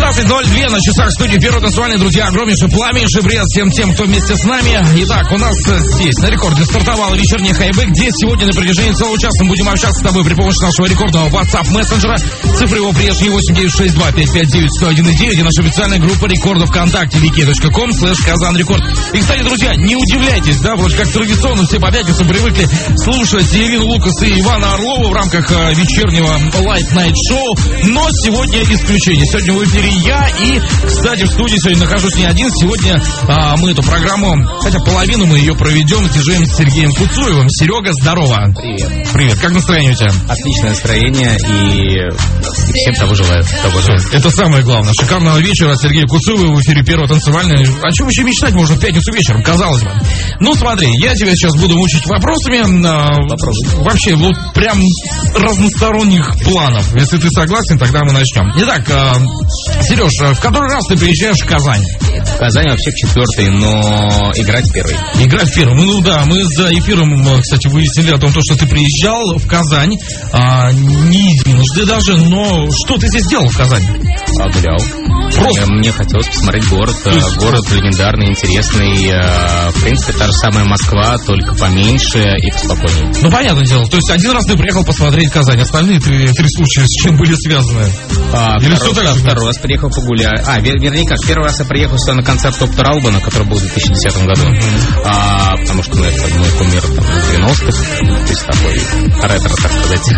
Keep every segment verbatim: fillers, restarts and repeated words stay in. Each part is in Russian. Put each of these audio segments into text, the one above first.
девятнадцать ноль два на часах студии Первого танцевальной. Друзья, огромнейший, пламеннейший привет всем тем, кто вместе с нами. Итак, у нас здесь на рекорде стартовал вечерний хайбэк, где сегодня на протяжении целого часа мы будем общаться с тобой при помощи нашего рекордного WhatsApp мессенджера. Цифры его прежние восемь девять шесть два пять пять девять сто один девять и наша официальная группа рекордов ВКонтакте ви кей точка ком слэш Казан Рекорд. И, кстати, друзья, не удивляйтесь, да, вроде как традиционно все по пятницам привыкли слушать Ирину Лукас и Ивана Орлова в рамках э, вечернего Light Night Show, но сегодня исключение. Сегодня в эфире я и, кстати, в студии сегодня нахожусь не один. Сегодня а, мы эту программу, хотя половину мы ее проведем с диджеем Сергеем Куцуевым. Серега, здорово. Привет. Привет. Как настроение у тебя? Отличное настроение и, и всем того желаю. Того желаю. Это самое главное. Шикарного вечера. Сергей Куцуев в эфире Первого танцевального. О чем еще мечтать можно в пятницу вечером, казалось бы. Ну, смотри, я тебя сейчас буду мучить вопросами. Вопрос. Вообще, вот прям разносторонних планов. Если ты согласен, тогда мы начнем. Итак, Сереж, в который раз ты приезжаешь в Казань? В Казань вообще в четвертый, но играть в первый. Играть в первый. Ну да, мы за эфиром, кстати, выяснили о том, что ты приезжал в Казань а, не единожды даже, но что ты здесь делал в Казани? А, гулял. Просто. Мне, мне хотелось посмотреть город. Есть... Город легендарный, интересный. В принципе, та же самая Москва, только поменьше и поспокойнее. Ну, понятное дело. То есть один раз ты приехал посмотреть Казань, остальные три, три случая с чем были связаны? А, Или второй, что второй раз приехал погулять. А, вер, вернее как, первый раз я приехал сюда на концерт Доктора Албана, который был в две тысячи десятом году. Mm-hmm. А, потому что, ну, это мой кумир там, девяностых. То есть такой ретро, так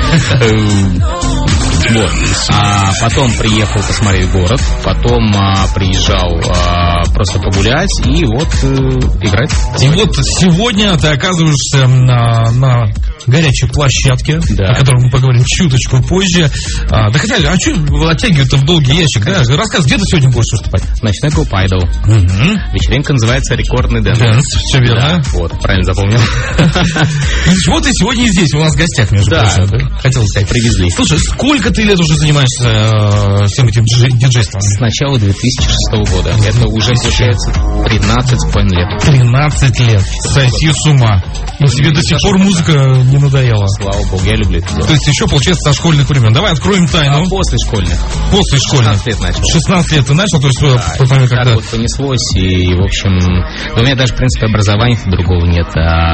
сказать. Вот. А потом приехал посмотреть город, потом а, приезжал а, просто погулять и вот э, играть. И вот сегодня ты оказываешься на, на горячей площадке, да, о которой мы поговорим чуточку позже. А, да хотя, а что оттягивают-то в долгий ящик, да? Рассказывай, где ты сегодня будешь выступать? Ночной клуб Idol. Угу. Вечеринка называется «Рекордный дэнс». Дэнс, все верно. Да, вот, правильно запомнил. Вот ты сегодня и здесь, у нас в гостях, между прочим. Да, хотел сказать. Привезли. Слушай, сколько ты лет уже занимаешься э, всем этим диджейством? С начала две тысячи шестого года. Это уже получается тринадцать с половиной лет. тринадцать лет. Сойти с ума. И тебе до сих пор музыка не надоела? Слава богу, я люблю это делать. То есть еще, получается, со школьных времен. Давай откроем тайну. А после школьных. После школьных. шестнадцать лет начал. шестнадцать лет ты начал, то есть да, в тот момент, когда... вот понеслось, и, в общем... Да у меня даже, в принципе, образования другого нет,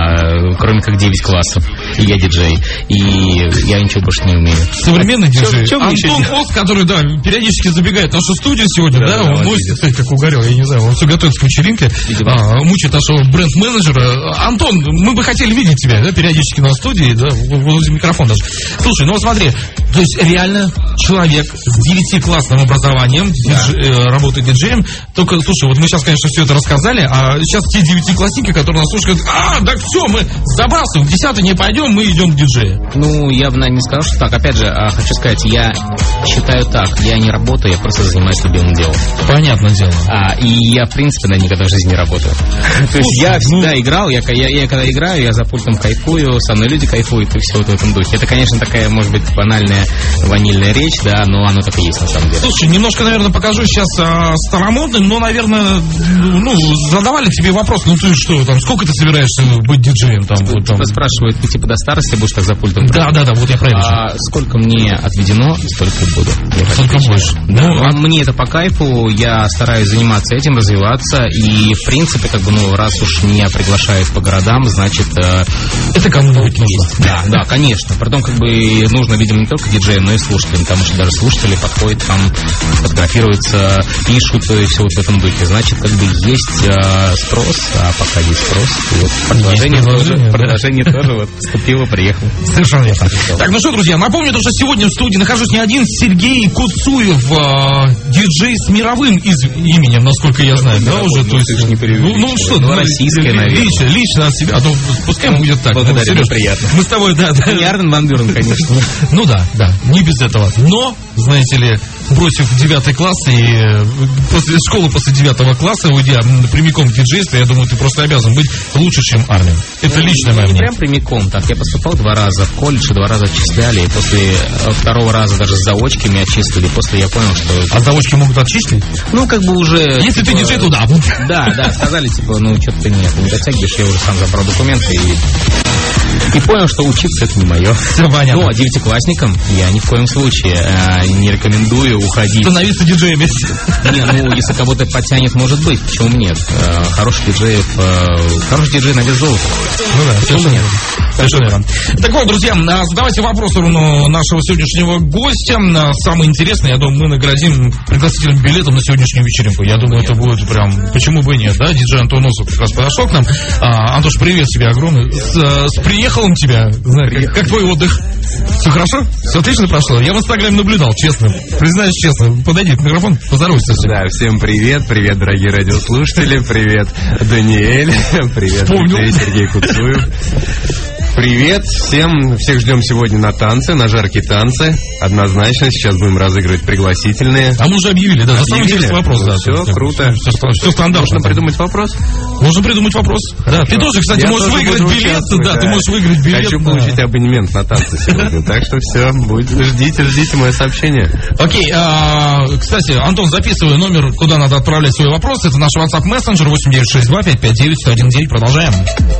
а, кроме как девять классов. И я диджей. И я ничего больше не умею. Современный диджей. Чё, чё Антон Пост, который, да, периодически забегает в нашу студию сегодня, да, да, да он носит, кстати, как угорел, я не знаю, он все готовится к вечеринке, а, мучает нашего бренд-менеджера. Антон, мы бы хотели видеть тебя, да, периодически на студии, да, возле микрофона даже. Слушай, ну вот смотри, то есть реально человек с девятиклассным образованием, да, дидж, э, работает диджеем, только, слушай, вот мы сейчас, конечно, все это рассказали, а сейчас те девятиклассники, которые нас слушают, говорят, а, так все, мы забрасываем, в десятый не пойдем, мы идем к диджею. Ну, я бы, наверное, не сказал, что так. Опять же, хочу сказать, я считаю так, я не работаю, я просто занимаюсь любимым делом. Понятное дело. А, и я, в принципе, наверное, никогда в жизни не работаю. То есть я всегда играл, я когда играю, я за пультом кайфую, со мной люди кайфуют, и все вот в этом духе. Это, конечно, такая, может быть, банальная ванильная речь, да, но оно так и есть, на самом деле. Слушай, немножко, наверное, покажу сейчас а, старомодным, но, наверное, ну, задавали тебе вопрос, ну ты что, там, сколько ты собираешься быть диджеем? Там, вот, там... Спрашивают, ты типа до старости будешь так за пультом? Да, да, да, вот я правильно. А, сколько мне отведено, столько и буду. Сколько больше? Да, ну, а... Мне это по кайфу, я стараюсь заниматься этим, развиваться, и, в принципе, как бы, ну, раз уж меня приглашают по городам, значит... Э, это кому-нибудь нужно. Да, да, конечно. Притом, как бы, нужно, видимо, не только диджеям, но и слушателям, потому что даже слушатели подходят, там, фотографируются, пишут, и все вот в этом духе. Значит, как бы, есть э, спрос, а пока есть спрос, и вот предложение, предложение, тоже, да. предложение тоже вот вступило, приехал. Совершенно верно. Так, ну что, друзья, напомню, что сегодня в студии нахожусь не один, Сергей Куцуев, э, диджей с мировым из, именем, насколько я знаю, да, да уже? Ну, то есть, не ну, ну что, ну, российское, наверное. Лично, лично от себя, а то пускай будет так. Благодарю, ну, приятно. Мы с тобой, да, да. Не Армен ван Бюрен, конечно. Ну да, да, не без этого. Но, знаете ли, бросив девятый класс и после школы, после девятого класса, уйдя прямиком в диджейство, я думаю, ты просто обязан быть лучше, чем Армен. Это личное мое мнение. Прям прямиком, так, я поступал два раза в колледж, два раза отчисляли, и после второго раза даже с заочками отчислили, после я понял, что... А заочки могут отчислить? Ну, как бы уже... Если типа, ты диджей, то да. Да, да, сказали, типа, ну, что-то ты нет, не дотягиваешь, я уже сам забрал документы и... И понял, что учиться это не мое. Все понятно. Ну, а девятиклассникам я ни в коем случае э, не рекомендую уходить. Становиться диджеями. Не, ну, если кого-то подтянет, может быть, почему нет? Э, хороший диджей, э, хороший диджей на вес золота. Ну да, почему нет? Совершенно верно. Так вот, друзья, задавайте вопросы нашего сегодняшнего гостя. Самое интересное, я думаю, мы наградим пригласительным билетом на сегодняшнюю вечеринку. Я думаю, это будет прям, почему бы и нет, да? Диджей Антон Носов как раз подошел к нам. А, Антош, привет тебе огромный. С, с приехалом тебя. Знаю, как, как твой отдых? Все хорошо? Все отлично прошло? Я в Инстаграме наблюдал, честно. Признаюсь честно. Подойди к микрофону, поздоровайся. Да, всем привет. Привет, дорогие радиослушатели. Привет, Даниэль. Привет, Сергей Куцуев. Привет всем, всех ждем сегодня на танцы, на жаркие танцы. Однозначно, сейчас будем разыгрывать пригласительные. А мы уже объявили, да, за самый интересный вопрос, да. Все, все круто. Все, все, все стандартно. Можно придумать вопрос? Можно придумать вопрос. Да, ты тоже, кстати, Я можешь тоже выиграть билет. Да, да, ты можешь выиграть билет. Хочу на... получить абонемент на танцы сегодня. Так что все, будете, ждите, ждите мое сообщение. Окей, а, кстати, Антон, записывай номер, куда надо отправлять свой вопрос. Это наш WhatsApp мессенджер восемь девять шесть два пять пять девять сто один девять. Продолжаем.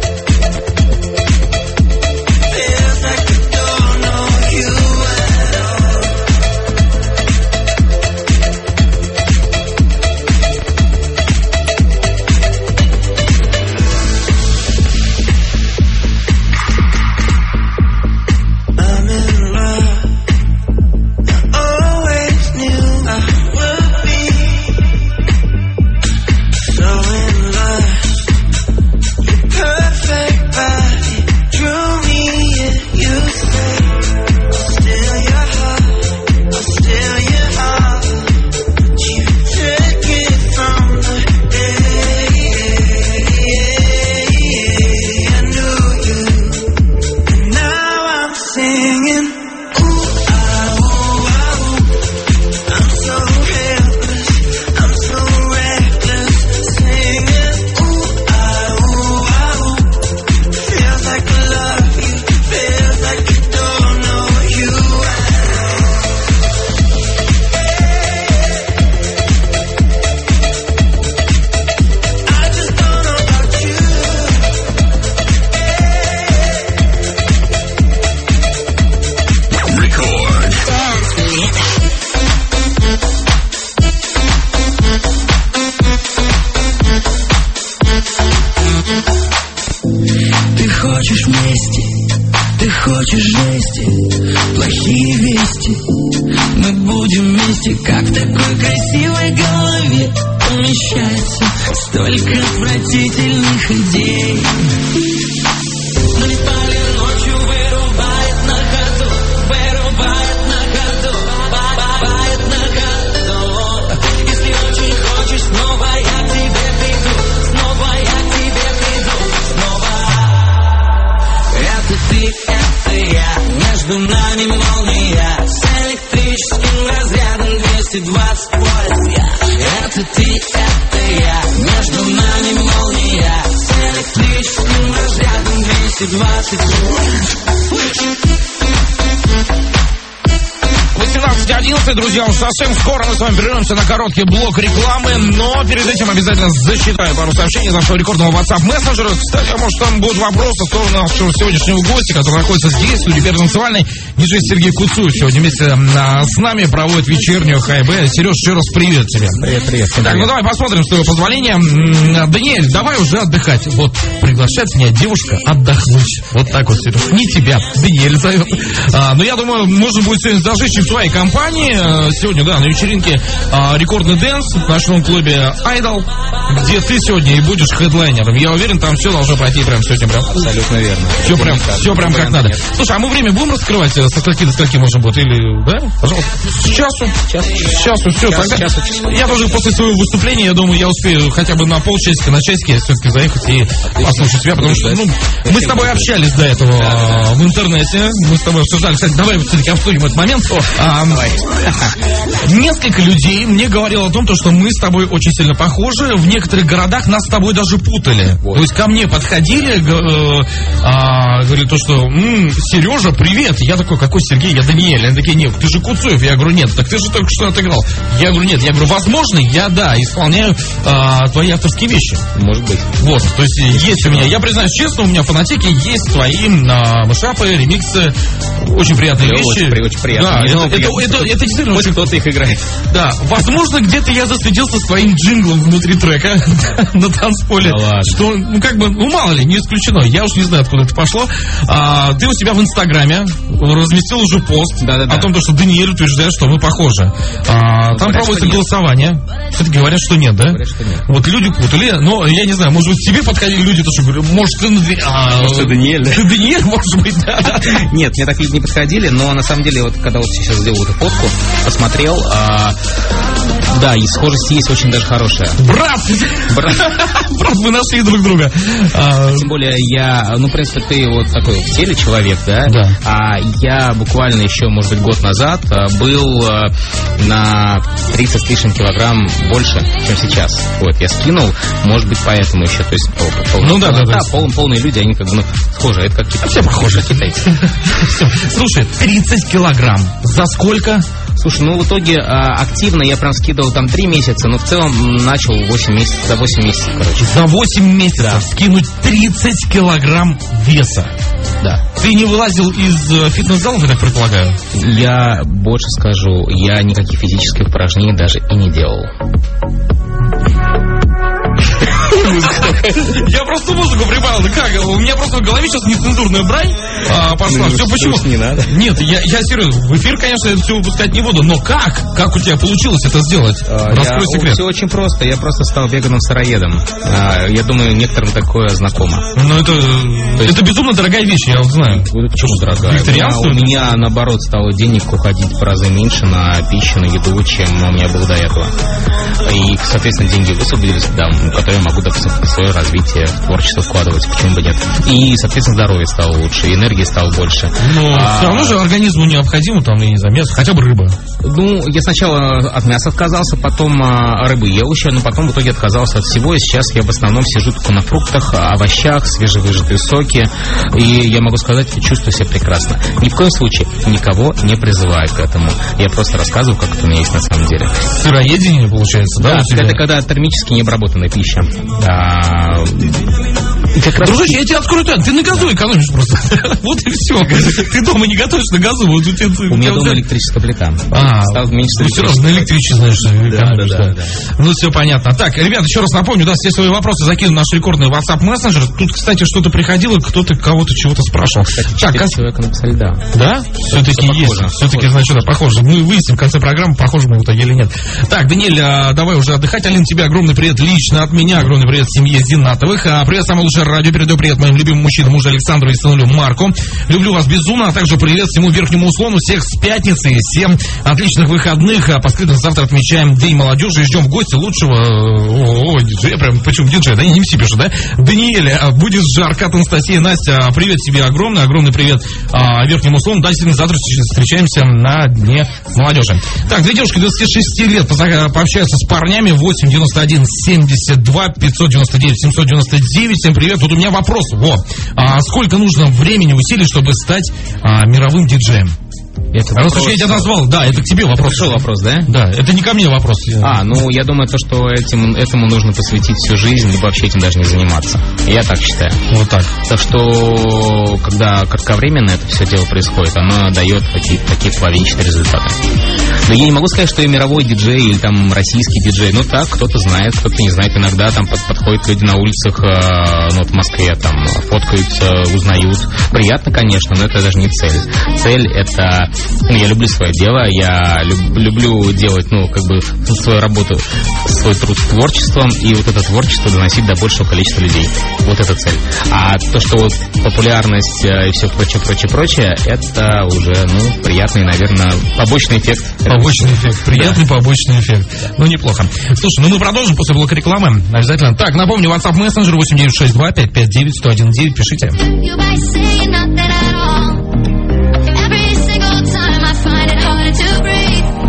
восемнадцать одиннадцать, друзья, уж совсем скоро мы с вами прервемся на короткий блок рекламы, но перед этим обязательно зачитаю пару сообщений из нашего рекордного WhatsApp мессенджера. Кстати, может, там будут вопросы в сторону нашего сегодняшнего гостя, который находится здесь, в студии Первой танцевальной. Диджей Сергей Куцуев сегодня вместе а, с нами проводит вечернюю ХБ. Сереж, еще раз привет тебе. Привет, привет. Так, ну давай посмотрим, с твоего позволения. Даниэль, давай уже отдыхать. Вот, приглашает меня девушка отдохнуть. Вот так вот, Сереж. Не тебя, Даниэль зовет. А, но я думаю, можно будет сегодня зажечь в твоей компании. Сегодня, да, на вечеринке а, рекордный дэнс в ночном клубе Idol, где ты сегодня и будешь хедлайнером. Я уверен, там все должно пройти прям сегодня прям. Абсолютно верно. Все прям, все прям как надо. Слушай, а мы время будем раскрывать? Со скольки до скольки можно будет? Или, да? Пожалуйста. С часу. Час. С часу, все. Час, Тогда часу. я тоже после своего выступления, я думаю, я успею хотя бы на полчасика, на часики все-таки заехать и послушать тебя, потому что, ну, мы с тобой общались до этого да, да. в интернете, мы с тобой обсуждали, кстати, давай все-таки обсудим этот момент. О, а, Несколько людей мне говорило о том, что мы с тобой очень сильно похожи. В некоторых городах нас с тобой даже путали. Вот. То есть ко мне подходили, э, а, говорили то, что м-м, Сережа, привет. Я такой, какой Сергей? Я Даниэль. Они такие, нет, ты же Куцуев. Я говорю, нет, так ты же только что отыграл. Я говорю, нет. Я говорю, возможно, я, да, исполняю а, твои авторские вещи. Может быть. Вот, то есть есть, есть у меня, я признаюсь честно, у меня в фонотеке есть твои а, мышапы, ремиксы, очень приятные да, вещи. Очень, очень приятно. Да, это, это, это, это, это действительно очень... кто-то их играет. Да, возможно, где-то я засветился своим джинглом внутри трека на танцполе. Да, что, ну, как бы, ну, мало ли, не исключено. Я уж не знаю, откуда это пошло. А, ты у себя в Инстаграме разместил уже пост да, да, да. о том, что Даниэль утверждает, что мы похожи. А, там проводится голосование. Все-таки говорят, что нет, да? Говорят, что нет. Вот люди путали, но я не знаю, может быть, тебе подходили люди, то, что говорю, может, ты... А, может, ты Даниэль, да? Ты Даниэль, может быть, да, да. Нет, мне так люди не подходили, но на самом деле, вот когда вот сейчас сделал эту фотку, посмотрел, а, да, и схожесть есть очень даже хорошая. Брат! Брат! Брат, мы нашли друг друга. А, тем более я, ну, в принципе, ты вот такой в теле человек, да? Да. А я буквально еще, может быть, год назад был на тридцать с лишним килограмм больше, чем сейчас. Вот, я скинул, может быть, поэтому еще, то есть, пол, пол, ну, да, да, да, пол, полные люди, они как бы, ну, схожи, это как китайцы. Все похожи. Китайцы. Слушай, тридцать килограмм. За сколько? Слушай, ну в итоге а, активно я прям скидывал там три месяца, но в целом начал восемь месяцев, за восемь месяцев, короче. За восемь месяцев да. скинуть тридцать килограмм веса. Да. Ты не вылазил из фитнес-залов, я так предполагаю? Я больше скажу, я никаких физических упражнений даже и не делал. Я просто музыку прибавил. Как? У меня просто в голове сейчас нецензурная брань а, пошла. Ну, все почему? Не надо. Нет, я, я серьезно. В эфир, конечно, это все выпускать не буду. Но как? Как у тебя получилось это сделать? А, Раскрой я, секрет. Все очень просто. Я просто стал веганом-сыроедом. А, я думаю, некоторым такое знакомо. Ну, это, есть... это безумно дорогая вещь, я вот знаю. Почему дорогая? У меня, у меня, наоборот, стало денег уходить в разы меньше на пищу, на еду, чем у меня было до этого. И, соответственно, деньги высвободились, да, которые я могу, допустим, в свое развитие, в творчество вкладывать, почему бы нет. И, соответственно, здоровье стало лучше, энергии стало больше. Но а... все равно же организму необходимо, там, я не знаю, мясо, хотя бы рыба. Ну, я сначала от мяса отказался, потом а, рыбы ел еще, но потом в итоге отказался от всего, и сейчас я в основном сижу только на фруктах, овощах, свежевыжатые соки, и я могу сказать, чувствую себя прекрасно. Ни в коем случае никого не призываю к этому. Я просто рассказываю, как это у меня есть на самом деле. Сыроедение, получается, да? Да, это когда термически необработанная пища. А, Дружище, я тебе открою тайну. Ты на газу экономишь просто. Вот и все. Ты дома не готовишь на газу. Вот у, тебя, у меня дома электрическая плита. А, ну все равно на электричестве, знаешь, что экономишь. Да, да, да. Ну все понятно. Так, ребят, еще раз напомню, да, все свои вопросы закину в наш рекордный WhatsApp мессенджер. Тут, кстати, что-то приходило, кто-то кого-то чего-то спрашивал. Так, как человека написали, да. Да? Все-таки есть. Все-таки, значит, да, похоже. Мы выясним в конце программы, похоже мы в итоге или нет. Так, Даниэль, давай уже отдыхать. Алин, тебе огромный привет лично от меня, огромный привет семье Зинатовых. Привет, самое лучшее радио. Передаю привет моим любимым мужчинам, мужу Александру и сынулю Марку. Люблю вас безумно, а также привет всему верхнему услону, всех с пятницы, всем отличных выходных. А поскольку завтра отмечаем День молодежи и ждем в гости лучшего о, о, диджея, прям, почему диджея, да, не все пишут, да? Даниэля, будет жарко от Анастасии. Настя, привет тебе огромный, огромный привет а, верхнему услону. Да, действительно, завтра встречаемся на Дне молодежи. Так, две девушки двадцати шести лет пообщаются с парнями. Восемь девяносто один семьдесят два пятьсот девяносто девять семьсот девяносто девять. Всем привет. Вот у меня вопрос. Во. А сколько нужно времени, усилий, чтобы стать а, мировым диджеем? Это вопрос... Раз уж я тебя назвал, да, это к тебе вопрос. Пришел вопрос, да? Да, это не ко мне вопрос. А, ну, я думаю, то, что этим, этому нужно посвятить всю жизнь, либо вообще этим даже не заниматься. Я так считаю. Вот так. Так что, когда кратковременно это все дело происходит, оно дает какие-то такие половинчатые результаты. Но я не могу сказать, что я мировой диджей или там российский диджей. Ну так, кто-то знает, кто-то не знает. Иногда там под, подходят люди на улицах, э, ну, вот в Москве, там, фоткаются, узнают. Приятно, конечно, но это даже не цель. Цель — это... Ну, я люблю свое дело, я люб, люблю делать, ну, как бы, свою работу, свой труд с творчеством, и вот это творчество доносить до большего количества людей. Вот это цель. А то, что вот популярность и все прочее, прочее, прочее, это уже, ну, приятный, наверное, побочный эффект. Побочный эффект, приятный да. побочный эффект. Ну, неплохо. Слушай, ну мы продолжим после блока рекламы. Обязательно. Так, напомню, WhatsApp мессенджер восемь девять шесть два пять пять девять сто один девять. Пишите. Every single time I find it hard to breathe.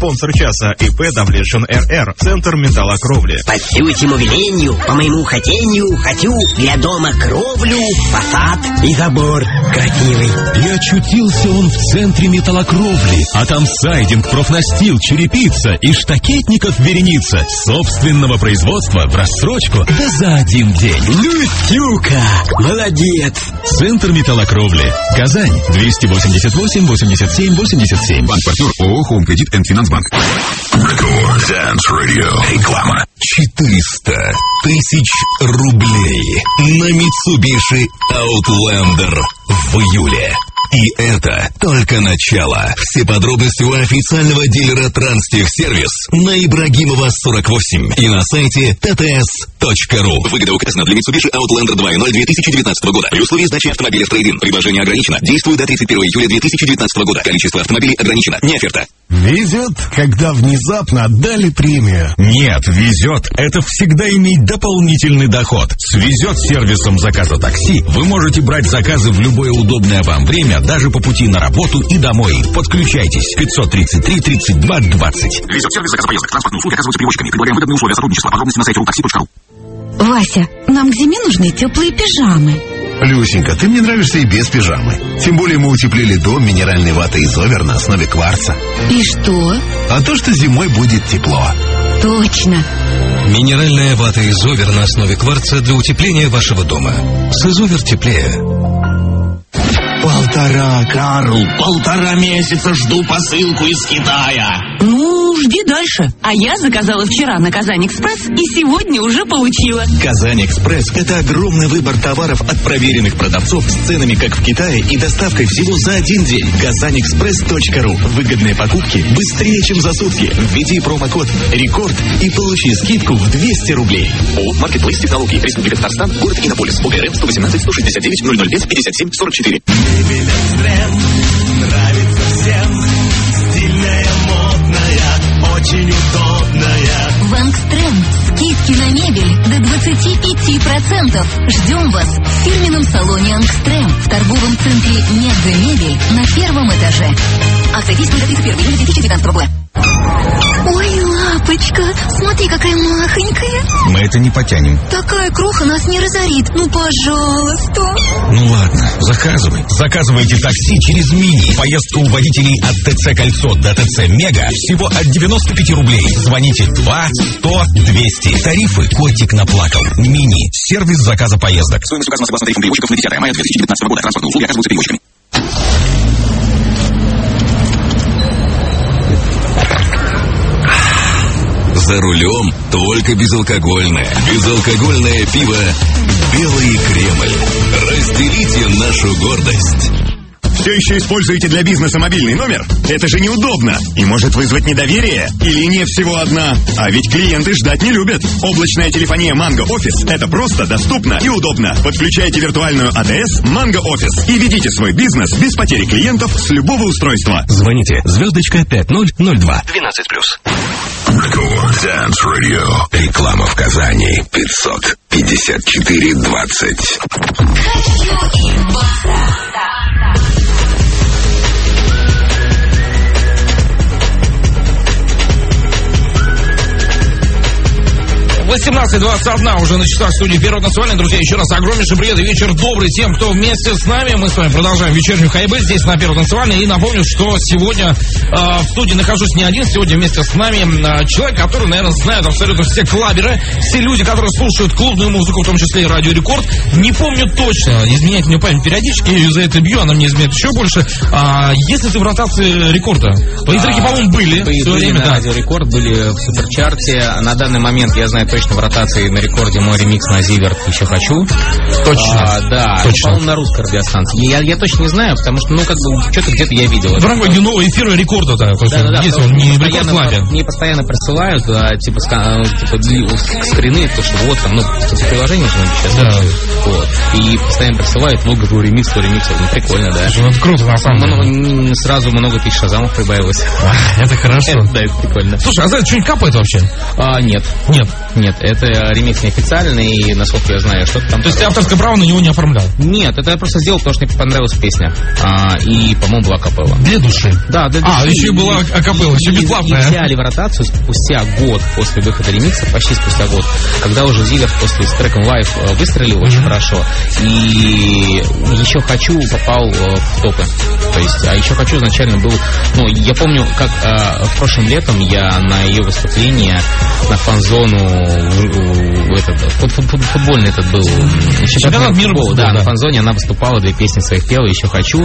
Спонсор часа ИП Давлешин РР. Центр металлокровли. По тютему велению, по моему хотению, хочу для дома кровлю, фасад и забор красивый. И очутился он в центре металлокровли, а там сайдинг, профнастил, черепица и штакетников вереница. Собственного производства в рассрочку, да за один день. Лютюка, молодец. Центр металлокровли. Казань, двести восемьдесят восемь восемьдесят семь восемьдесят семь. Банк-партнер ООО «Хоум Кредит энд Финансбанк». Реклама. четыреста тысяч рублей на Mitsubishi Outlander в июле. И это только начало. Все подробности у официального дилера Транстехсервис на Ибрагимова сорок восемь и на сайте ти ти эс точка ру. Выгода указана для Mitsubishi Outlander два ноль две тысячи девятнадцатого года. При условии сдачи автомобиля в трейд-ин. Предложение ограничено. Действует до тридцать первого июля две тысячи девятнадцатого года. Количество автомобилей ограничено. Не оферта. Везет, когда внезапно отдали премию. Нет, везет. Это всегда иметь дополнительный доход. С Везет сервисом заказа такси вы можете брать заказы в любое удобное вам время, даже по пути на работу и домой. Подключайтесь. пятьсот тридцать три тридцать два двадцать. Везет сервис заказ поездок. Транспортные услуги оказываются перевозчиками. Предлагаем выгодные условия сотрудничества. Подробности на сайте рутакси точка ру. Вася, нам к зиме нужны теплые пижамы. Люсенька, ты мне нравишься и без пижамы. Тем более мы утеплили дом минеральной ватой Изовер на основе кварца. И что? А то, что зимой будет тепло. Точно. Минеральная вата Изовер на основе кварца для утепления вашего дома. С Изовер теплее. Полтора, Карл, полтора месяца жду посылку из Китая. Ну, жди дальше. А я заказала вчера на Казань-Экспресс и сегодня уже получила. Казань-Экспресс – это огромный выбор товаров от проверенных продавцов с ценами, как в Китае, и доставкой всего за один день. казань-экспресс точка ру. Выгодные покупки быстрее, чем за сутки. Введи промокод «Рекорд» и получи скидку в двести рублей. ООО «Маркетплейс Технологии». Республика Татарстан. Город Иннополис. ОГРН сто восемнадцать сто шестьдесят девять ноль ноль пять пятьдесят семь сорок четыре. Мебель Экстрем нравится всем. Стильная, модная, очень удобная. В Ангстрем скидки на мебель до двадцать пять процентов. Ждем вас в фирменном салоне Ангстрем в торговом центре «Мега-мебель» на первом этаже. Акция действует до тридцать первого июля две тысячи девятнадцатого года. Ой, лапочка, смотри, какая махонькая. Мы это не потянем. Такая кроха нас не разорит. Ну, пожалуйста. Ну ладно, заказывай. Заказывайте такси через Мини. Поездка у водителей от ТЦ Кольцо до ТЦ Мега всего от девяноста пяти рублей. Звоните два сто двести. Тарифы котик наплакал. Мини. Сервис заказа поездок. Стоимость указана согласно тарифам перевозчиков на десятое мая две тысячи девятнадцатого года. Транспортные услуги оказываются перевозчиками. За рулем только безалкогольное. Безалкогольное пиво «Белый Кремль». Разделите нашу гордость. Все еще используете для бизнеса мобильный номер? Это же неудобно и может вызвать недоверие. И линия всего одна. А ведь клиенты ждать не любят. Облачная телефония Mango Office – это просто, доступно и удобно. Подключайте виртуальную АТС Mango Office и ведите свой бизнес без потери клиентов с любого устройства. Звоните звездочка пять ноль ноль два. двенадцать плюс. Dance Radio. Реклама в Казани. пятьсот пятьдесят четыре двадцать. восемнадцать двадцать один уже на часах студии Первого национального. Друзья, еще раз огромнейший привет и вечер добрый тем, кто вместе с нами. Мы с вами продолжаем вечернюю хайбы здесь на Первом национальном. И напомню, что сегодня э, в студии нахожусь не один. Сегодня вместе с нами э, человек, который, наверное, знает абсолютно все клаберы, все люди, которые слушают клубную музыку, в том числе и Радио Рекорд. Не помню точно, изменяет мне память периодически, я ее за это бью, она мне изменяет еще больше. А если ты в ротации Рекорда, твои треки, по-моему, были. Были, все были время, на да. Радио Рекорд, были в суперчарте. На данный момент я знаю точно в ротации на Рекорде мой ремикс на Зиверт «Еще хочу». Точно. А, да, точно. по-моему, на русской радиостанции. Я, я точно не знаю, потому что, ну, как бы, что-то где-то я видел. Дорогой, не новый эфир Рекорда, да. То есть да, да, да, есть он не в постоянно, Рекорд-клабе. мне постоянно присылают, а, типа, ска, типа скрины, то, что вот там, ну, типа, приложение же сейчас. Да. Вот. и постоянно присылают много твой ремикс, твой ремикс. Ну, прикольно, да. Ну, это круто, на самом деле. Сразу много тысяч шазамов прибавилось. Это хорошо. Да, это прикольно. Слушай, а за это что-нибудь капает вообще? А, нет. Нет. Нет, это ремикс неофициальный, и, насколько я знаю, что-то там... То есть ты авторское право на него не оформлял? Нет, это я просто сделал, потому что мне понравилась песня. А, и, по-моему, была акапелла. Для души? Да, для души. А, еще и была акапелла, еще бесплатная. И взяли в ротацию спустя год после выхода ремикса, почти спустя год, когда уже Зиверт после с треком Live выстрелил очень mm-hmm. хорошо. И еще хочу попал в топы. То есть, а еще хочу изначально был... Ну, я помню, как а, в прошлом летом я на ее выступление на фан-зону этот, фут, фут, фут, футбольный этот был чемпионат мира футбола, да, да, на фан-зоне она выступала, две песни своих пела, еще хочу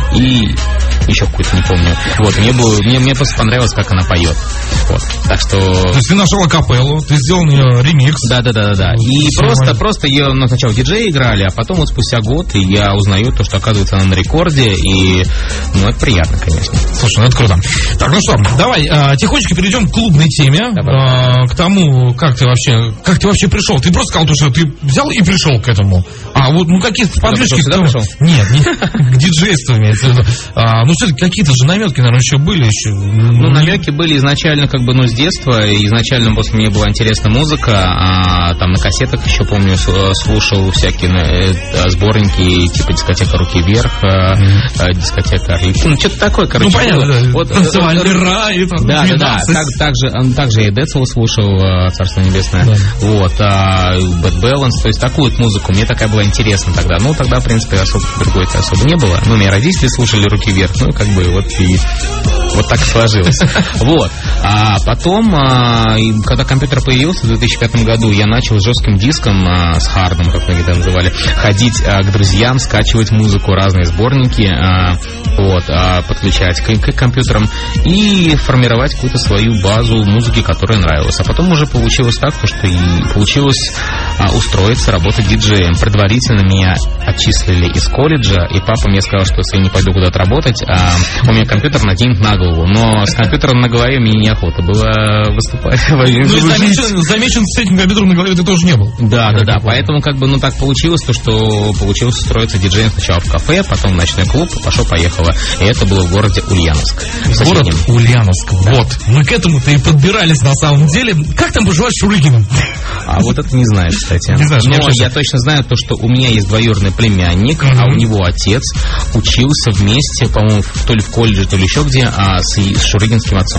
и еще какую-то не помню. Вот, мне было, мне, мне просто понравилось, как она поет. Вот. Так что... То есть ты нашел акапеллу, ты сделал ее ремикс. Да, да, да, да, да. И все просто, нормально. Просто ее ну, сначала диджеи играли, а потом вот спустя год я узнаю то, что оказывается она на рекорде, и ну это приятно, конечно. Слушай, ну это круто. Так, ну что, давай а, тихонечко перейдем к клубной теме, а, к тому, как ты вообще, как ты вообще пришел. Ты просто сказал, что ты взял и пришел к этому. А вот ну какие-то подвижки к тому... Нет, не к диджейству имеется в виду. А, ну все-таки какие-то же намеки, наверное, еще были еще. Ну намеки были изначально как бы ну с детства. Изначально после мне была интересна музыка, а, там на кассетах еще помню слушал всякие э, сборники типа дискотека «Руки вверх», mm-hmm. э, дискотека «Орлики». Ну что-то такое, короче. Ну понятно, да. Вот, танцевальный рай. Да, да, да. Так, также, также я Децл слушал, Царство Небесное. Да. Вот, а, Bad Balance, то есть такую вот музыку. Мне такая была интересна тогда. Ну тогда, в принципе, особо другой-то особо не было. Ну, меня родители слушали «Руки вверх», ну как бы вот и вот так сложилось. Вот. А потом, когда компьютер появился в две тысячи пятом году, я начал с жестким диском, с хардом, как мы это называли, ходить к друзьям, скачивать музыку, разные сборники, вот, подключать к, к компьютерам и формировать какую-то свою базу музыки, которая нравилась. А потом уже получилось так, что и получилось устроиться, работать диджеем. Предварительно меня отчислили из колледжа, и папа мне сказал, что если я не пойду куда-то работать, у меня компьютер наденет на голову. Но с компьютером на голове мне неохота было выступать. Ну и замечен, замечен с этим компьютером на голове ты тоже не был. Да, да, да. Поэтому как бы ну так получилось, то, что получилось устроиться диджеем сначала в кафе, потом в ночной клуб, пошло-поехало. И это было в городе Ульяновск. Город Ульяновск, да. Вот. Мы к этому-то и подбирались на самом деле. Как там поживаешь с Шурыгиным? А вот это не знаю, кстати. Не знаешь, но я точно знаю то, что у меня есть двоюродный племянник, mm-hmm. а у него отец учился вместе, по-моему, то ли в колледже, то ли еще где, а с, с Шурыгинским отцом.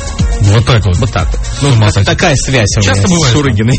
Вот так вот. Вот так вот. Ну, так, такая связь у меня с Шурыгиной.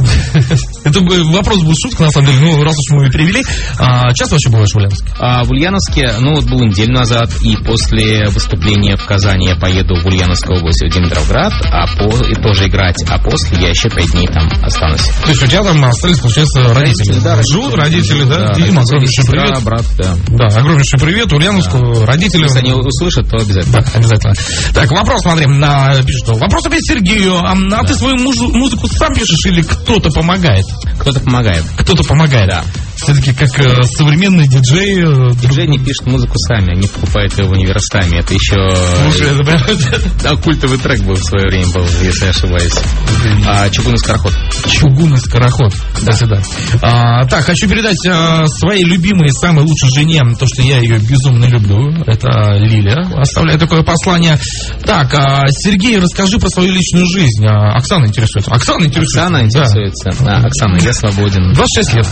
Это вопрос был шутка, на самом деле. Ну, раз уж мы ее перевели. А, часто вообще бываешь в Ульяновске? А, в Ульяновске, ну, вот был неделю назад, и после выступления в Казани я поеду в Ульяновскую область, в Димитровград, а по, и тоже играть, а после я еще пять дней там останусь. То есть у тебя там остались, получается, родители? родители да, живут родители, да? да Им огромнейший привет. Да, брат, да. Да, огромнейший привет Ульяновску, да. Родителям. Если они услышат, то обязательно. Да, обязательно. Так, вопрос, смотрим, на, пишет, вопрос опять Сергею. А, да. а ты свою музы- музыку сам пишешь или кто-то помогает? Кто-то помогает. Кто-то помогает, да. Все-таки как э, современный диджей... Э, диджей не пишет музыку сами, они покупают ее в универсаме. Это еще... Слушай, это прям... Да, культовый трек был в свое время, был, если я ошибаюсь. А, «Чугунный скороход». «Чугунный скороход», кстати, да. да. А, так, хочу передать а, своей любимой, самой лучшей жене то, что я ее безумно люблю. Это Лиля. Оставляю такое послание. Так, а, Сергей, расскажи про свою личную жизнь. А, Оксана интересуется. Оксана интересуется. Оксана интересуется. Да. Да, Оксана, я свободен. двадцать шесть лет.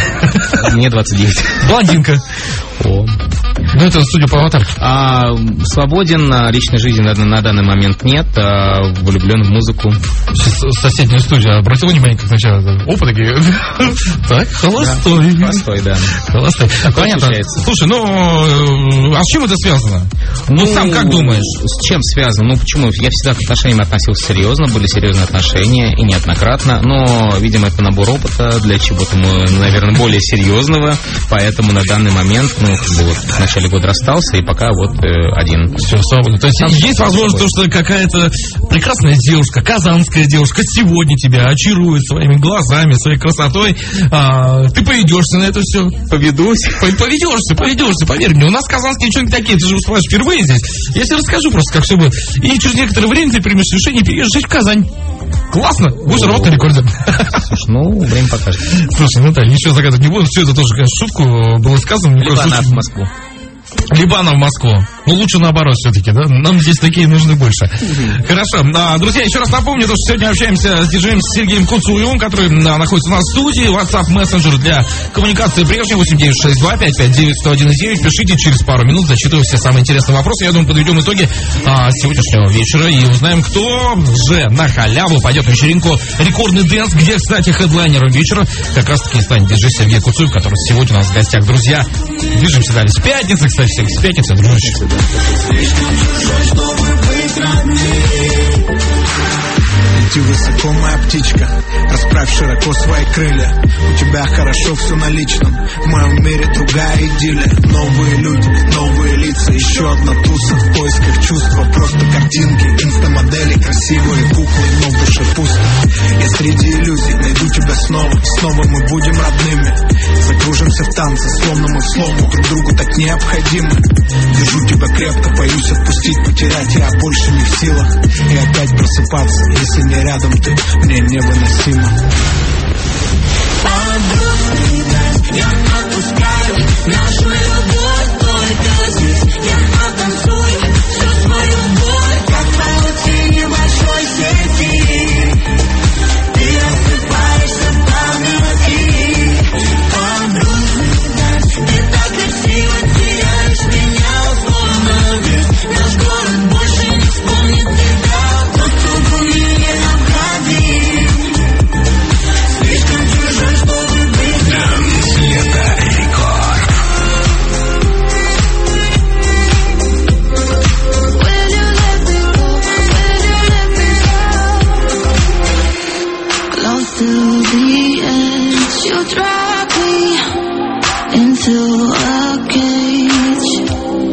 Мне двадцать девять. Блондинка. О. Ну, это судя по аватарке. А, свободен, личной жизни на, на данный момент нет. А, влюблен в музыку. Соседняя студия. Обратил внимание, как сначала. Опа, такие. Так, холостой. Да, холостой, да. Холостой. Понятно. Слушай, ну, а с чем это связано? Ну, ну, сам как думаешь? С чем связано? Ну, почему? Я всегда к отношениям относился серьезно, были серьезные отношения, и неоднократно. Но, видимо, это набор опыта для чего-то, наверное, более серьезного. Поэтому на данный момент, ну, как бы вот в начале года расстался, и пока вот э, один. Все, свободно. То есть Там есть возможность, то, что какая-то прекрасная девушка, казанская девушка сегодня тебя очарует своими глазами, своей красотой. А, ты поведешься на это все. Поведусь. Поведешься, поведешься, поверь мне. У нас казанские девчонки такие, ты же выступаешь впервые здесь. Я тебе расскажу просто, как все будет. И через некоторое время ты примешь решение переезжать жить в Казань. Классно, будешь О-о-о. работать на рекорде. Слушай, ну, время покажет. Слушай, Наталья, ничего загадывать не буду. Все это тоже, конечно, шутку было сказано. Либо она в Москву. Либо она в Москву. Ну, лучше наоборот все-таки, да? Нам здесь такие нужны больше. Mm-hmm. Хорошо. А, друзья, еще раз напомню, что сегодня общаемся с диджеем Сергеем Куцуевым, который а, находится у нас в студии. WhatsApp мессенджер для коммуникации прежний восемь девять шесть два пять пять девять сто один девять. Пишите, через пару минут зачитываю все самые интересные вопросы. Я думаю, подведем итоги а, сегодняшнего вечера и узнаем, кто же на халяву пойдет на вечеринку «Рекордный дэнс», где, кстати, хедлайнером вечера как раз-таки станет диджей Сергей Куцуев, который сегодня у нас в гостях. Друзья, движемся далее. С пятницы, кстати, всех с пятницы, дружище. Лети высоко, моя птичка, расправь широко свои крылья. У тебя хорошо все на личном, в моем мире другая идиллия. Новые люди, новые лица, еще одна туса в поисках чувства. Просто картинки, инстамодели, красивые куклы, но в душе пусто. Я среди иллюзий найду тебя снова, снова мы будем родными. Закружимся в танце, словно мы в слому, друг другу так необходимы. Держу тебя крепко, боюсь отпустить, потерять я больше не в силах. И опять просыпаться, если не рядом ты, мне невыносимо. Я отпускаю нашу любовь только здесь. Я танцую всю свою боль, как в паутине небольшой сети. Ты рассыпаешься в памяти. Подружный танц, ты так красиво теряешь меня словно весь. Наш город больше не вспомнит тебя. Тот, кто был мне необходим. Слишком чужой, чтобы быть рядом. Это рекорд. Close to the edge, you drag me into a cage.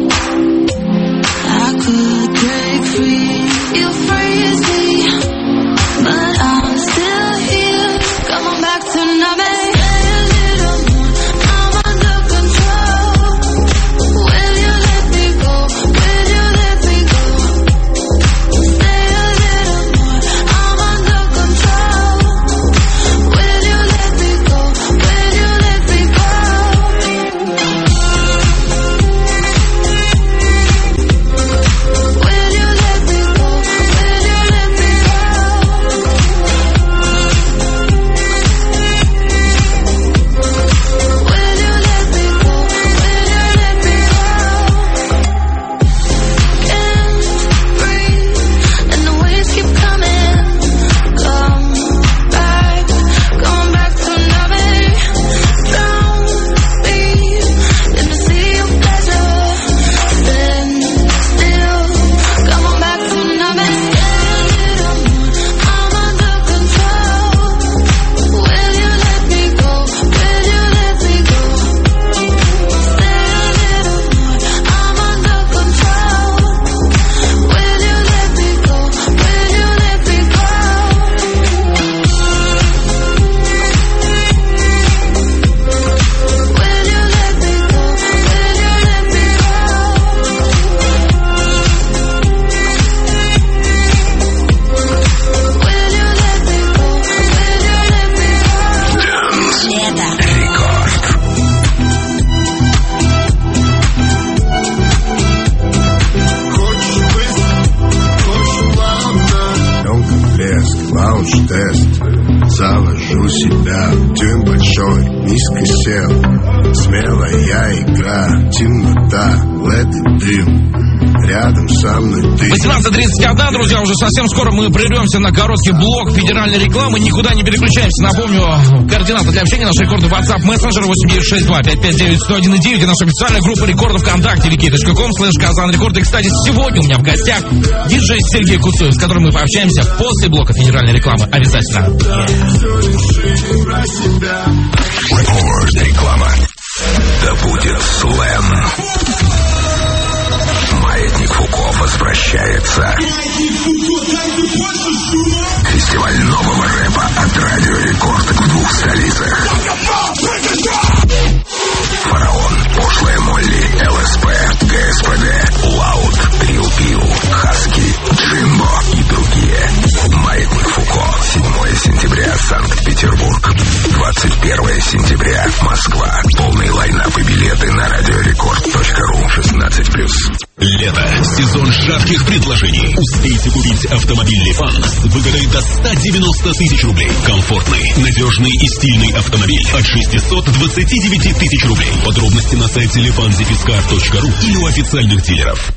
I could break free, you freeze me, but I'm still here. Come on back to me. Stay a little more, I'm under control. Will you let me go? Will you let me go? Stay a little more, I'm under control. Will you let me go? Will you let me go? Will you let me go? Will you let me go? Will you let me go? Will you let me go? Can't breathe, and the waves keep coming. Come back, come back to me. Drown me in the sea of pleasure. Stand still, come on back to me. Stay a little more, I'm under control. Will you let me go? Will you let me go? Stay a little more, I'm under control. Will you let me go? Will you let me go? Will you let me go? Will you let me go? Will you let me go? Will you let me go? Лето. Пленка, блеск, лаунж-тест. Завожу себя, тюн большой, низко сел. Смелая игра, темнота, лед и дым. Рядом со мной ты. восемнадцать тридцать один, друзья, уже совсем скоро мы прервемся на короткий блок федеральной рекламы. Никуда не переключаемся. Напомню, координаты для общения, наши рекорды WhatsApp мессенджер восемь девять шесть два пять пять девять сто один девять и наша официальная группа рекордов ВКонтакте вики точка ком слэш Казан Рекорд. И, кстати, сегодня у меня в гостях диджей Сергей Куцуев, с которым мы пообщаемся после блока федеральной рекламы. Обязательно. Рекорд реклама. Да будет слэм. Радиорекорд точка ру. шестнадцать плюс. Лето. Сезон жарких предложений. Успейте купить автомобиль Лифан с выгодой до ста девяноста тысяч рублей. Комфортный, надежный и стильный автомобиль от шестисот двадцати девяти тысяч рублей. Подробности на сайте лифан зефискар точка ру или у официальных дилеров.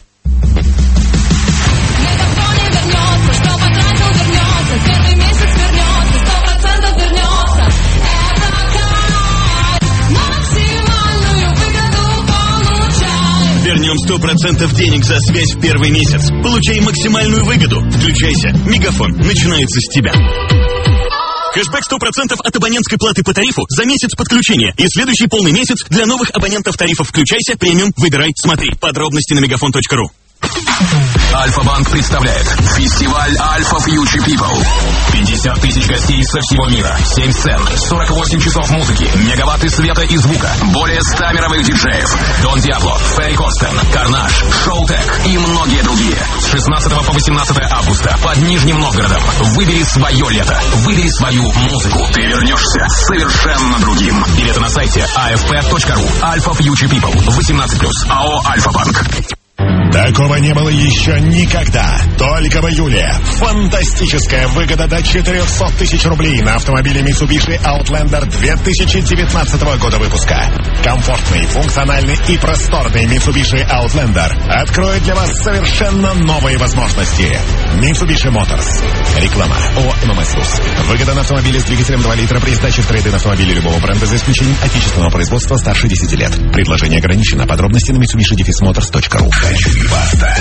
Вернем сто процентов денег за связь в первый месяц. Получай максимальную выгоду. Включайся. Мегафон. Начинается с тебя. Кэшбэк сто процентов от абонентской платы по тарифу за месяц подключения. И следующий полный месяц для новых абонентов тарифов «Включайся», «Премиум», «Выбирай», «Смотри». Подробности на мегафон точка ру. Альфа-банк представляет фестиваль Альфа Future People. пятьдесят тысяч гостей со всего мира, семь сцен, сорок восемь часов музыки, мегаватты света и звука, более ста мировых диджеев, Дон Диабло, Ферри Костен, Карнаж, Шоутек и многие другие. С шестнадцатого по восемнадцатое августа под Нижним Новгородом. Выбери свое лето, выбери свою музыку. Ты вернешься совершенно другим. Билеты на сайте а эф пэ точка ру. Альфа Future People. восемнадцать плюс. АО Альфа-банк. Такого не было еще никогда. Только в июле. Фантастическая выгода до четырехсот тысяч рублей на автомобиле Mitsubishi Outlander две тысячи девятнадцатого года выпуска. Комфортный, функциональный и просторный Mitsubishi Outlander откроет для вас совершенно новые возможности. Mitsubishi Motors. Реклама. ООО ММС РУС. Выгода на автомобиле с двигателем два литра при сдаче в трейд-ин автомобиля любого бренда за исключением отечественного производства старше десяти лет. Предложение ограничено. Подробности на mitsubishi motors точка ру. Баста.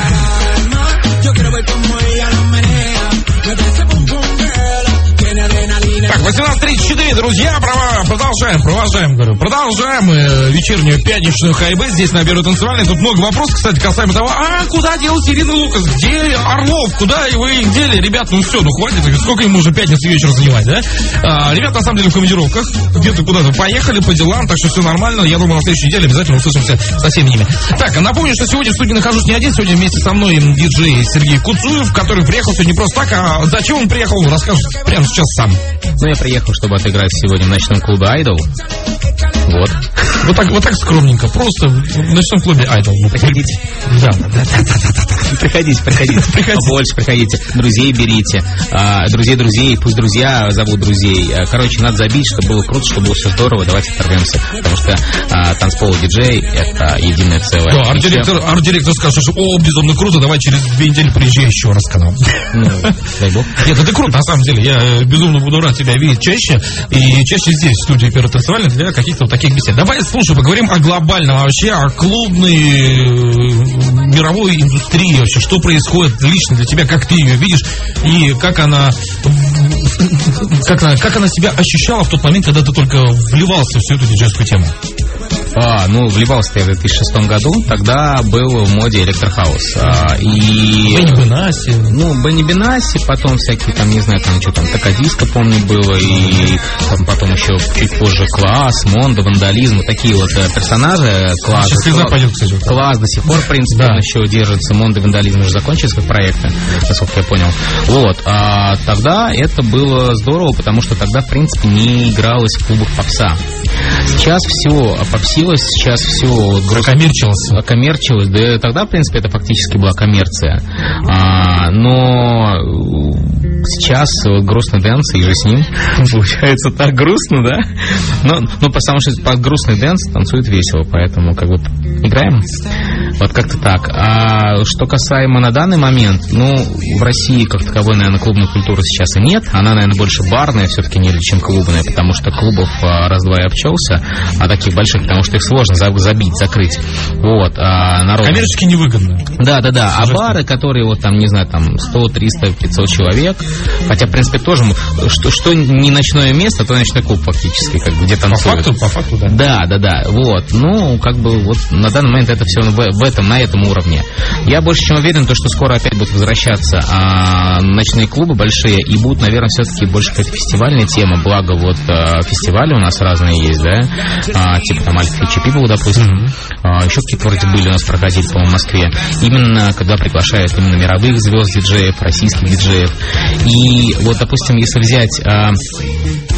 Так, восемнадцать тридцать четыре, друзья, права, продолжаем, продолжаем, говорю, продолжаем э, вечернюю пятничную хайбе здесь на Первой танцевальной. Тут много вопросов, кстати, касаемо того, а куда делась Ирина Лукас, где Орлов, куда вы их дели, ребят, ну все, ну хватит, сколько ему уже пятницу вечер занимать, да? А, ребят, на самом деле, в командировках, где-то куда-то поехали по делам, так что все нормально, я думаю, на следующей неделе обязательно услышимся со всеми ними. Так, напомню, что сегодня в студии нахожусь не один, сегодня вместе со мной диджей Сергей Куцуев, который приехал сегодня не просто так, а зачем он приехал, расскажет прямо сейчас сам. Ну, я приехал, чтобы отыграть сегодня в ночном клубе «Айдол». Вот. Вот так, вот так скромненько, просто в ночном клубе «Айдол». Приходите. Да. Приходите, приходите. Побольше приходите. Друзей берите. А, друзей друзей, пусть друзья зовут друзей. Короче, надо забить, чтобы было круто, чтобы было все здорово. Давайте оторвемся. Потому что а, танцпол и диджей — это единое целое. Да, арт-директор, арт-директор скажет, что о, безумно круто, давай через две недели приезжай еще раз к нам. Ну, дай бог. Нет, это круто, на самом деле. Я безумно буду рад тебя видеть чаще. И чаще здесь, в студии Первой танцевальной, для каких-то вот таких бесед. Давай, слушай, поговорим о глобальном вообще, о клубной мировой индустрии вообще. Что происходит лично для тебя, как ты ее видишь, и как она, как она, как она себя ощущала в тот момент, когда ты только вливался в всю эту диджейскую тему? А, ну, вливался я в две тысячи шестом году, тогда был в моде электрохаус. А, и... Бенни Бенаси. Ну, Бенни Бенаси, потом всякие там, не знаю, там что там, Токадиско, помню, было, и там потом еще чуть позже Класс, Мондо, Вандализм, такие вот персонажи. Класс, Класс, пойдет, кстати, Класс до сих пор, в принципе, да. Он еще держится. Мондо и Вандализм уже закончились как проекты, насколько я понял. Вот, а тогда это было здорово, потому что тогда, в принципе, не игралось в клубах попса. Сейчас все попсилось, сейчас все окоммерчилось. Окоммерчилось, да, тогда, в принципе, это фактически была коммерция. А, но сейчас вот грустный дэнс, и же с ним получается так грустно, да? Но, но потому что под грустный дэнс танцует весело, поэтому как бы играем. Вот как-то так. А что касаемо на данный момент, ну, в России как таковой, наверное, клубной культуры сейчас и нет. Она, наверное, больше барная все-таки, нежели чем клубная, потому что клубов раз-два и обчелся, а таких больших, потому что их сложно забить, закрыть. Вот. А народ... Коммерчески невыгодно. Да, да, да. А бары, которые вот там, не знаю, там сто, триста, пятьсот человек, хотя, в принципе, тоже, что, что не ночное место, то ночной клуб фактически, как где танцуют. По факту, по факту, да. Да, да, да. Вот. Ну, как бы вот на данный момент это все в, в этом, на этом уровне. Я больше чем уверен, то, что скоро опять будут возвращаться а, ночные клубы большие, и будут, наверное, все-таки больше какая-то фестивальная тема, благо вот а, фестивали у нас разные есть, да, а, типа там Альфа Future People, допустим, mm-hmm. а, еще какие-то вроде были у нас проходили, по-моему, в Москве, именно когда приглашают именно мировых звезд диджеев, российских диджеев. И вот, допустим, если взять а,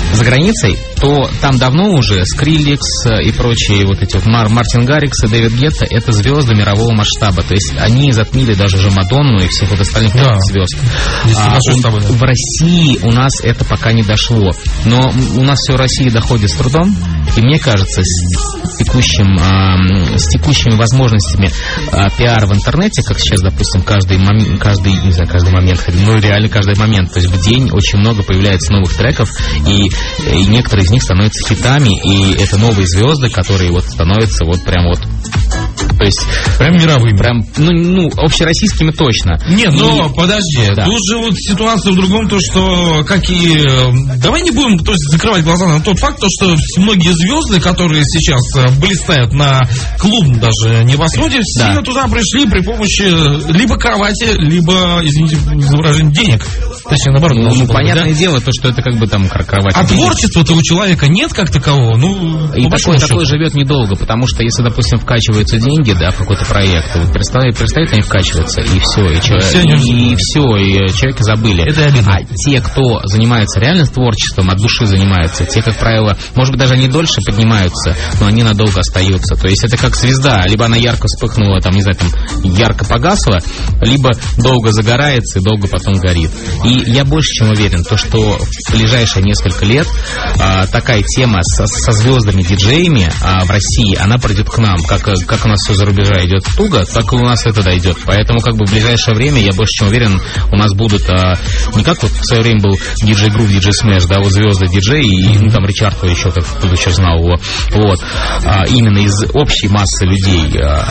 за границей, то там давно уже Скриллекс и прочие вот эти вот Мар- Мартин Гаррикс и Дэвид Гетта — это звезды мирового масштаба. То есть они затмили даже уже Мадонну и всех вот остальных да. звезд. А, у, да. В России у нас это пока не дошло. Но у нас все в России доходит с трудом. И мне кажется, с, текущим, а, с текущими возможностями а, пиара в интернете, как сейчас, допустим, каждый, мом- каждый, не знаю, каждый момент, ну реально каждый момент, то есть в день очень много появляется новых треков, и, и некоторые из них становятся хитами, и это новые звезды, которые вот становятся вот прям вот, то есть прям мировыми, прям, ну, ну общероссийскими точно. Нет, но и... подожди, да. тут же вот ситуация в другом, то что как и давай не будем, то есть закрывать глаза на тот факт, то что многие звезды, которые сейчас блистают на клубном даже небосводе, все да. туда пришли при помощи либо кровати, либо, извините за выражение, денег. Точнее, наоборот. Ну, ну понятное да? дело, то, что это как бы там кровать. А творчества-то у человека нет как такового. Ну, и такой, такой живет недолго, потому что если, допустим, вкачиваются деньги, да, в какой-то проект, вот представляют, представляют, они вкачиваются, и все, и, человек, все, и, и все, и человека забыли. Это обидно. А те, кто занимается реально творчеством, от души занимаются, те, как правило, может быть, даже они дольше поднимаются, но они надолго остаются. То есть это как звезда, либо она ярко вспыхнула, там, не знаю, там, ярко погасла, либо долго загорается и долго потом горит. И я больше чем уверен, то, что в ближайшие несколько лет а, такая тема со, со звездами-диджеями а, в России, она придет к нам. Как, как у нас все за рубежа идет туго, так и у нас это дойдет. Поэтому как бы в ближайшее время, я больше чем уверен, у нас будут а, не как вот в свое время был диджей Грув, диджей Смэш, да, вот звезды диджей, и ну, там Ричард еще, как кто-то еще знал его, вот, а, именно из общей массы людей, а,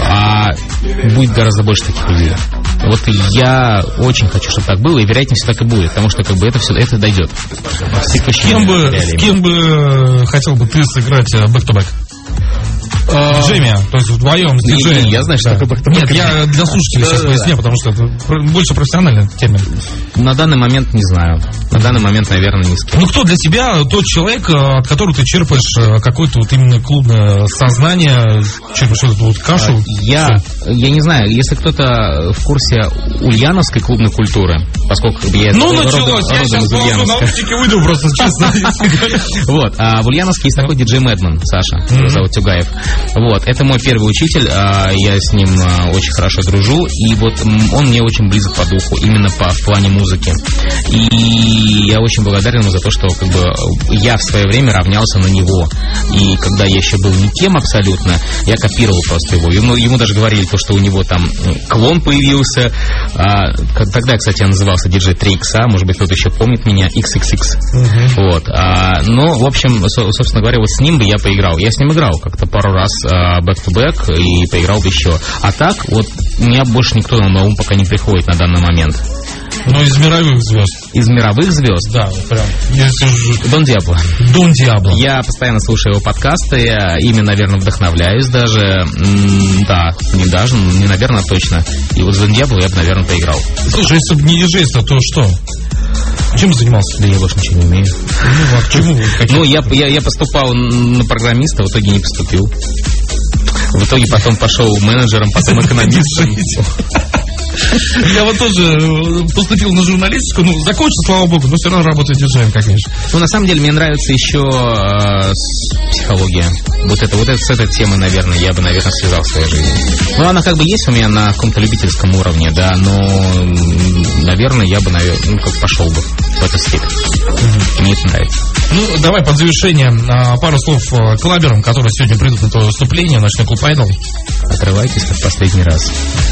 а будет гораздо больше таких людей. Вот я очень хочу, чтобы так было, и вероятнее всего так и будет, потому что как бы это все это дойдет. С кем бы, с кем бы хотел бы ты сыграть бэк-то-бэк? Джимми, то есть вдвоем с диджеем. Я знаю, что да. такое бэк-то-бэк. Нет, я для слушателей сейчас поясню, потому что это больше профессиональный термин. На данный момент не знаю. На данный момент, наверное, не с кем. Ну, кто для тебя тот человек, от которого ты черпаешь какое-то вот именно клубное сознание, черпаешь вот эту вот кашу? Я, я не знаю, если кто-то в курсе ульяновской клубной культуры, поскольку я... Ну, началось, я сейчас положу наушники, выйду просто, честно. Вот, а в Ульяновске есть такой диджей Мэдман, Саша, его зовут Тюгаев. Вот, это мой первый учитель, я с ним очень хорошо дружу, и вот он мне очень близок по духу, именно по, в плане музыки. И я очень благодарен ему за то, что как бы я в свое время равнялся на него. И когда я еще был никем абсолютно, я копировал просто его. Ему, ему даже говорили то, что у него там клон появился. А, тогда, кстати, я назывался диджей три икса, может быть, кто-то еще помнит меня, икс икс икс. Uh-huh. Вот. А, но, в общем, со, собственно говоря, вот с ним бы я поиграл. Я с ним играл как-то пару раз бэк-то-бэк и поиграл бы еще. А так, вот, у меня больше никто на ум пока не приходит на данный момент. Ну, из мировых звезд. Из мировых звезд? Да, прям. Дон Диабло. Дон Диабло. Я постоянно слушаю его подкасты, я ими, наверное, вдохновляюсь даже. М-м, да, не даже, не наверное, точно. И вот с Дон Диабло я бы, наверное, поиграл. Слушай, если бы не диджейство, то что? Чем ты занимался? Да я больше ничего не умею. Ну, а к чему? Ну, я, я, я поступал на программиста, в итоге не поступил. В итоге потом пошел менеджером, потом экономистом. Я вот тоже поступил на журналистику, ну, закончил, слава богу, но все равно работаю диджеем, как видишь. Ну, на самом деле, мне нравится еще э, психология. Вот это, вот это, с этой темой, наверное, я бы, наверное, связал в своей жизни. Ну, она как бы есть у меня на каком-то любительском уровне, да, но, наверное, я бы, наверное, ну, как пошел бы в эту степь. Mm-hmm. Мне это нравится. Ну, давай под завершение пару слов клаберам, которые сегодня придут на твое выступление, ночной клуб «Айдол». Отрывайтесь, как в последний раз.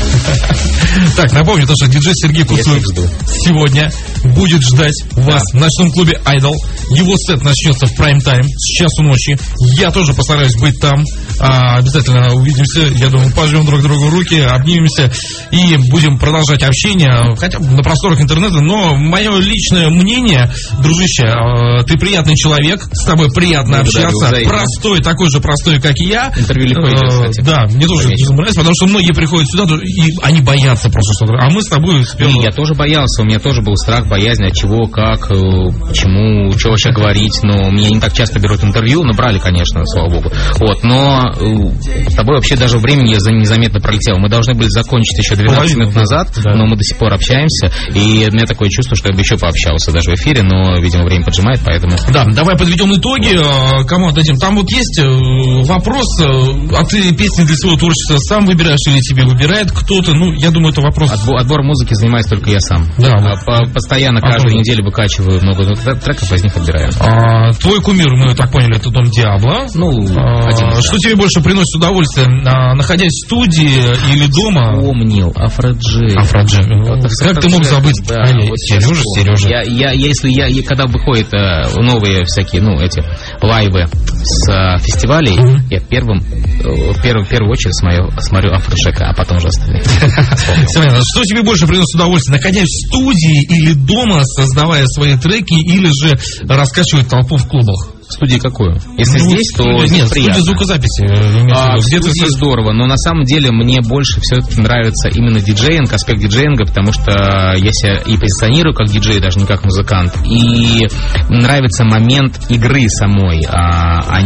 Так, напомню, то, что диджей Сергей Куцуев сегодня будет ждать вас в ночном клубе «Айдол». Его сет начнется в прайм-тайм с часу ночи. Я тоже постараюсь быть там. А, обязательно увидимся. Я думаю, пожмем друг другу руки, обнимемся и будем продолжать общение, хотя бы на просторах интернета. Но мое личное мнение, дружище, ты приятный человек, с тобой приятно общаться. Простой, такой же простой, как и я. Интервью легко идет, кстати. Да, мне тоже нравится, потому что многие приходят сюда, и они боятся просто что-то. А мы с тобой... И я тоже боялся, у меня тоже был страх, боязнь, от чего, как, почему, что вообще говорить. Но меня не так часто берут интервью, но брали, конечно, слава богу. Вот, но с тобой вообще даже времени незаметно пролетело. Мы должны были закончить еще двенадцать минут назад, да. Но мы до сих пор общаемся. И у меня такое чувство, что я бы еще пообщался даже в эфире, но, видимо, время поджимает, поэтому... Да, давай подведем итоги. Кому отдадим? Там вот есть вопрос, а ты песни для своего творчества сам выбираешь или тебе выбирает кто-то? Ну, я думаю, это вопрос... Отбор, отбор музыки занимаюсь только я сам. Да. По, постоянно, каждую Отбор. неделю выкачиваю много треков, из них отбираю. А, твой кумир, мы так поняли, это Дом Диабло. Ну, а, один, да. Что тебе больше приносит удовольствие, а, находясь в студии или дома? Вспомнил, Афроджи. Афроджи. Вот, как Афроджи, ты мог забыть? Да, а, вот Сережа, Сережа. Я, я, если я, я, когда выходят э, новые всякие, ну, эти лайвы с э, фестивалей, mm-hmm. я первым, э, в первую, в первую очередь смотрю, смотрю Афрошека, а потом уже остальные. Что тебе больше приносит удовольствие, находясь в студии или дома, создавая свои треки, или же раскачивать толпу в клубах? В студии какую? Если ну, здесь, то студия, здесь нет, приятно. Студия звукозаписи. А, в студии здорово, но на самом деле мне больше все-таки нравится именно диджеинг, аспект диджеинга, потому что я себя и позиционирую как диджей, даже не как музыкант, и нравится момент игры самой, а, а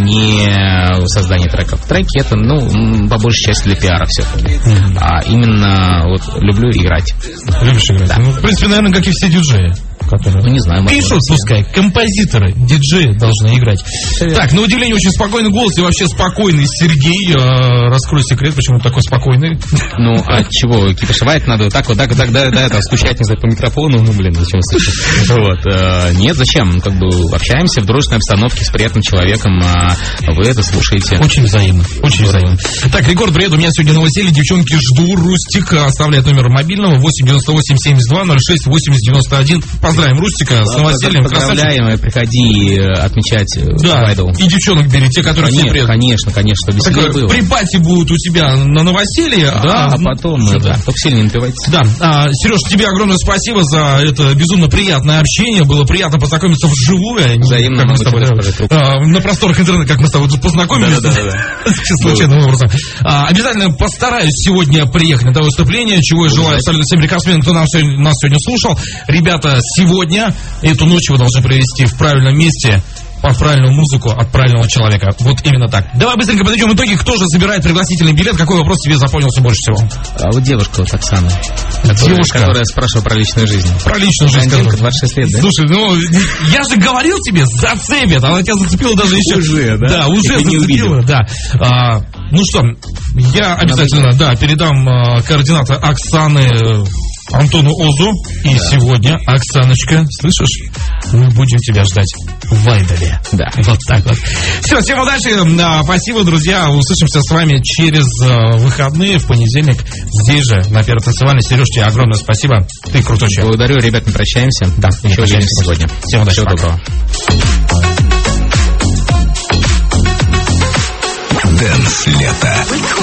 не создание треков. Треки это, ну, по большей части для пиара все-таки. Mm-hmm. А именно вот люблю играть. Любишь играть? Да. Ну, в принципе, наверное, как и все диджеи. Которые... Ну, не знаю. Пишут, пускай, композиторы, диджеи должны играть. Привет. Так, на удивление, очень спокойный голос и вообще спокойный Сергей. Э, раскрой секрет, почему такой спокойный. Ну, а чего, кипишевать надо вот так вот, так, так, да, да, там, стучать, не знаю, по микрофону, ну, блин, зачем слышать? Вот, э, нет, зачем, как бы общаемся в дружественной обстановке с приятным человеком, а вы это слушаете. Очень взаимно, очень взаимно. Так, рекорд, привет, у меня сегодня новоселье, девчонки, жду, Рустик оставляет номер мобильного восемь девяносто восемь семьдесят два ноль шесть восемьдесят девяносто один. Поздравим Рустика с новосельем. Поздравляем, и приходи отмечать да. Вайдл. И девчонок бери, те, которые конечно, все приедут. Конечно, конечно, чтобы веселее было. При пати будут у тебя на новоселье. Да, а, а потом, да. да. Только сильно не напивайте. Да, а, Сереж, тебе огромное спасибо за это безумно приятное общение. Было приятно познакомиться вживую. Взаимно. Как мы с тобой, а, на просторах интернета, как мы с тобой познакомились. Да, да, да. Случайным образом. А, обязательно постараюсь сегодня приехать на это выступление, чего я желаю абсолютно всем рекордсменам, кто нас сегодня, нас сегодня слушал. Ребята, сегодня эту ночь вы должны провести в правильном месте, под правильную музыку от правильного человека. Вот именно так. Давай быстренько подойдем итоги. Кто же забирает пригласительный билет? Какой вопрос тебе запомнился больше всего? А вот девушка вот Оксана. Девушка, которая спрашивала про личную жизнь. Про личную жизнь. двадцать шесть лет, да? Слушай, ну, я же говорил тебе, зацепит. Она тебя зацепила даже еще. Уже, да? Да, уже зацепила, да. А, ну что, я обязательно, да, передам а, координаты Оксаны Антону Озу. И да. Сегодня, Оксаночка, слышишь, мы будем тебя ждать в Вайдале. Да. Вот так вот. Все, всем удачи. Спасибо, друзья. Услышимся с вами через выходные в понедельник. Здесь же, на Первой танцевальной. Сереж, тебе огромное спасибо. Ты крутой человек. Благодарю, ребят, мы прощаемся. Да, еще увидимся сегодня. Всем удачи. Всего доброго. Дэнс лето.